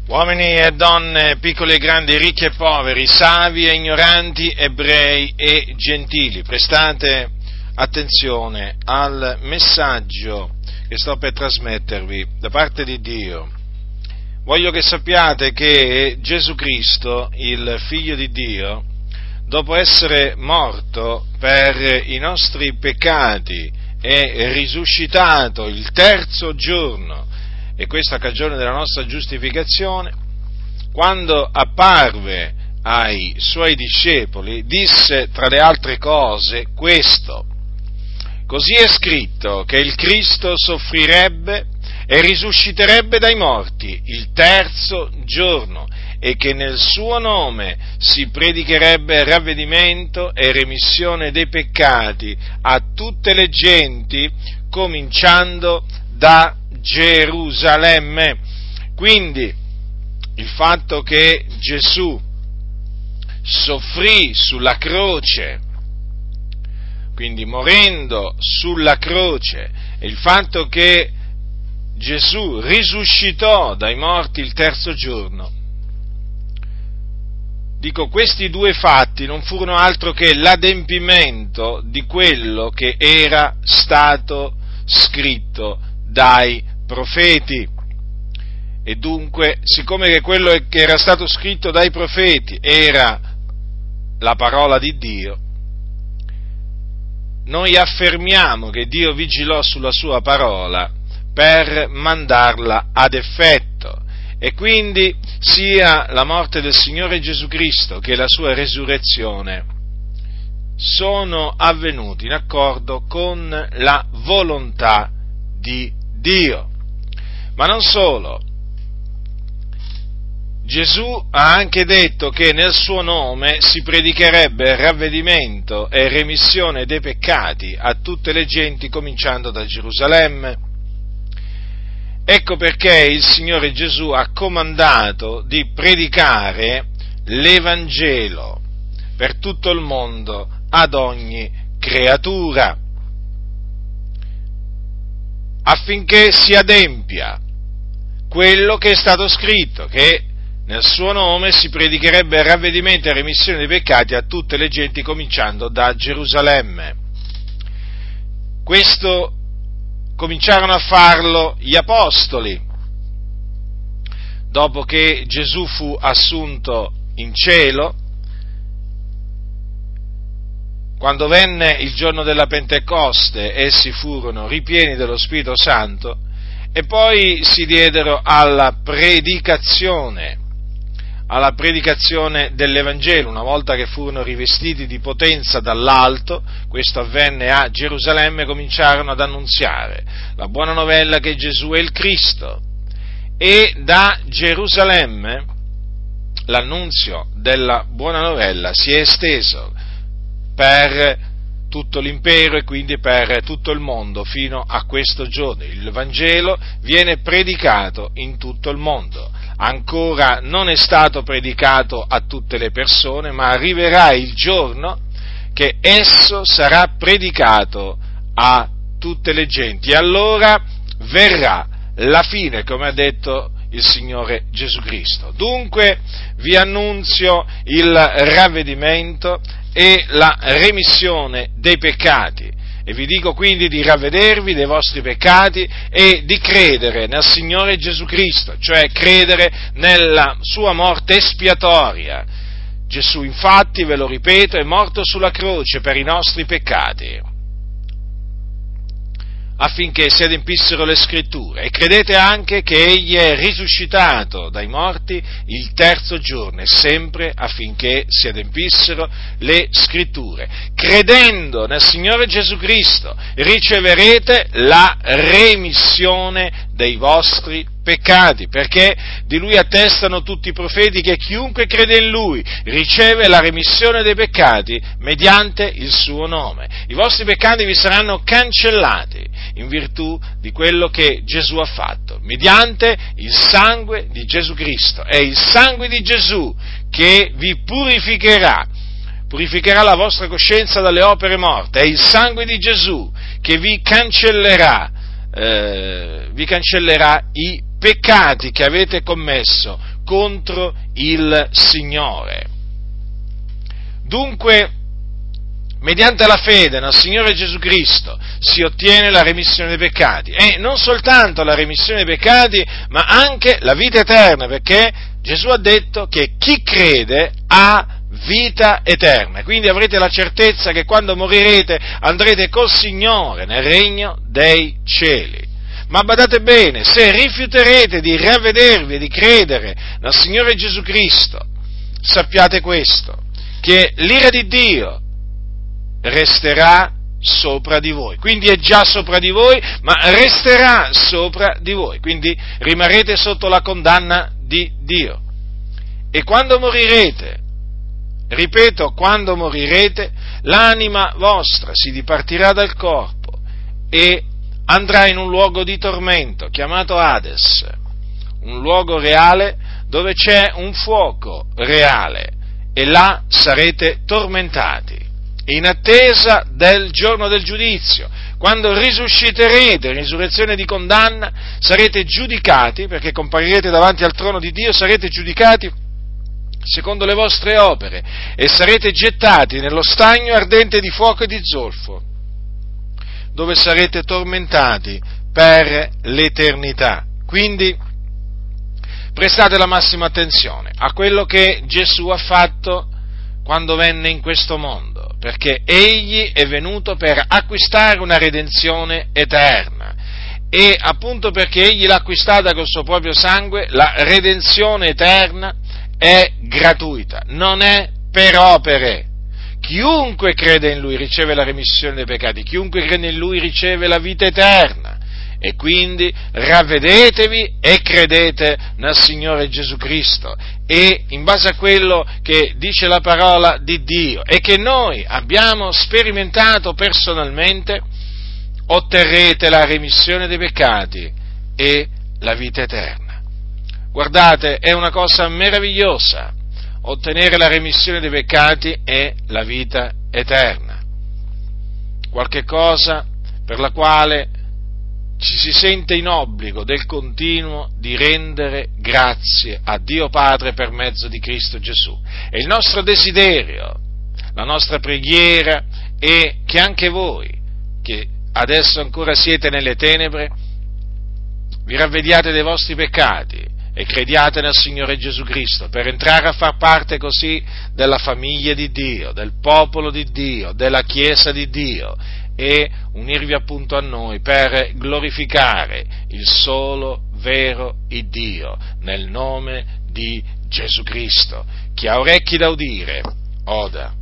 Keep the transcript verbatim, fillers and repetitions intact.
Uomini e donne, piccoli e grandi, ricchi e poveri, savi e ignoranti, ebrei e gentili, prestate attenzione al messaggio che sto per trasmettervi da parte di Dio. Voglio che sappiate che Gesù Cristo, il Figlio di Dio, dopo essere morto per i nostri peccati e risuscitato il terzo giorno, e questa a cagione della nostra giustificazione, quando apparve ai suoi discepoli, disse tra le altre cose questo: così è scritto che il Cristo soffrirebbe e risusciterebbe dai morti il terzo giorno, e che nel suo nome si predicherebbe ravvedimento e remissione dei peccati a tutte le genti, cominciando da Gerusalemme. Quindi il fatto che Gesù soffrì sulla croce, quindi morendo sulla croce, e il fatto che Gesù risuscitò dai morti il terzo giorno, dico, questi due fatti non furono altro che l'adempimento di quello che era stato scritto dai profeti. E dunque, siccome che quello che era stato scritto dai profeti era la parola di Dio, noi affermiamo che Dio vigilò sulla sua parola per mandarla ad effetto, e quindi sia la morte del Signore Gesù Cristo che la sua resurrezione sono avvenuti in accordo con la volontà di Dio. Ma non solo, Gesù ha anche detto che nel suo nome si predicherebbe ravvedimento e remissione dei peccati a tutte le genti, cominciando da Gerusalemme. Ecco perché il Signore Gesù ha comandato di predicare l'Evangelo per tutto il mondo ad ogni creatura, affinché si adempia quello che è stato scritto, che nel suo nome si predicherebbe ravvedimento e remissione dei peccati a tutte le genti, cominciando da Gerusalemme. Questo cominciarono a farlo gli apostoli, dopo che Gesù fu assunto in cielo. Quando venne il giorno della Pentecoste, essi furono ripieni dello Spirito Santo e poi si diedero alla predicazione, alla predicazione dell'Evangelo. Una volta che furono rivestiti di potenza dall'alto, questo avvenne a Gerusalemme, cominciarono ad annunziare la buona novella che Gesù è il Cristo, e da Gerusalemme l'annunzio della buona novella si è esteso per tutto l'impero e quindi per tutto il mondo fino a questo giorno. Il Vangelo viene predicato in tutto il mondo. Ancora non è stato predicato a tutte le persone, ma arriverà il giorno che esso sarà predicato a tutte le genti, e allora verrà la fine, come ha detto il Signore Gesù Cristo. Dunque vi annunzio il ravvedimento e la remissione dei peccati, e vi dico quindi di ravvedervi dei vostri peccati e di credere nel Signore Gesù Cristo, cioè credere nella sua morte espiatoria. Gesù, infatti, ve lo ripeto, è morto sulla croce per i nostri peccati, affinché si adempissero le Scritture, e credete anche che Egli è risuscitato dai morti il terzo giorno, e sempre affinché si adempissero le Scritture. Credendo nel Signore Gesù Cristo riceverete la remissione dei vostri peccati, perché di Lui attestano tutti i profeti che chiunque crede in Lui riceve la remissione dei peccati mediante il suo nome. I vostri peccati vi saranno cancellati in virtù di quello che Gesù ha fatto, mediante il sangue di Gesù Cristo. È il sangue di Gesù che vi purificherà, purificherà la vostra coscienza dalle opere morte. È il sangue di Gesù che vi cancellerà, eh, vi cancellerà i peccati che avete commesso contro il Signore. Dunque, mediante la fede nel Signore Gesù Cristo si ottiene la remissione dei peccati, e non soltanto la remissione dei peccati, ma anche la vita eterna, perché Gesù ha detto che chi crede ha vita eterna, quindi avrete la certezza che quando morirete andrete col Signore nel regno dei cieli. Ma badate bene, se rifiuterete di ravvedervi e di credere nel Signore Gesù Cristo, sappiate questo, che l'ira di Dio resterà sopra di voi, quindi è già sopra di voi, ma resterà sopra di voi, quindi rimarrete sotto la condanna di Dio. E quando morirete, ripeto, quando morirete, l'anima vostra si dipartirà dal corpo e andrà in un luogo di tormento chiamato Hades, un luogo reale dove c'è un fuoco reale, e là sarete tormentati, in attesa del giorno del giudizio. Quando risusciterete, risurrezione di condanna, sarete giudicati, perché comparirete davanti al trono di Dio, sarete giudicati secondo le vostre opere, e sarete gettati nello stagno ardente di fuoco e di zolfo, dove sarete tormentati per l'eternità. Quindi prestate la massima attenzione a quello che Gesù ha fatto quando venne in questo mondo, perché egli è venuto per acquistare una redenzione eterna, e appunto perché egli l'ha acquistata col suo proprio sangue, la redenzione eterna è gratuita, non è per opere. Chiunque crede in Lui riceve la remissione dei peccati, chiunque crede in Lui riceve la vita eterna. E quindi ravvedetevi e credete nel Signore Gesù Cristo, e in base a quello che dice la parola di Dio e che noi abbiamo sperimentato personalmente, otterrete la remissione dei peccati e la vita eterna. Guardate, è una cosa meravigliosa ottenere la remissione dei peccati e la vita eterna, qualche cosa per la quale ci si sente in obbligo del continuo di rendere grazie a Dio Padre per mezzo di Cristo Gesù. E il nostro desiderio, la nostra preghiera è che anche voi, che adesso ancora siete nelle tenebre, vi ravvediate dei vostri peccati e crediate nel Signore Gesù Cristo, per entrare a far parte così della famiglia di Dio, del popolo di Dio, della Chiesa di Dio, e unirvi appunto a noi per glorificare il solo vero Iddio, nel nome di Gesù Cristo. Chi ha orecchi da udire, oda.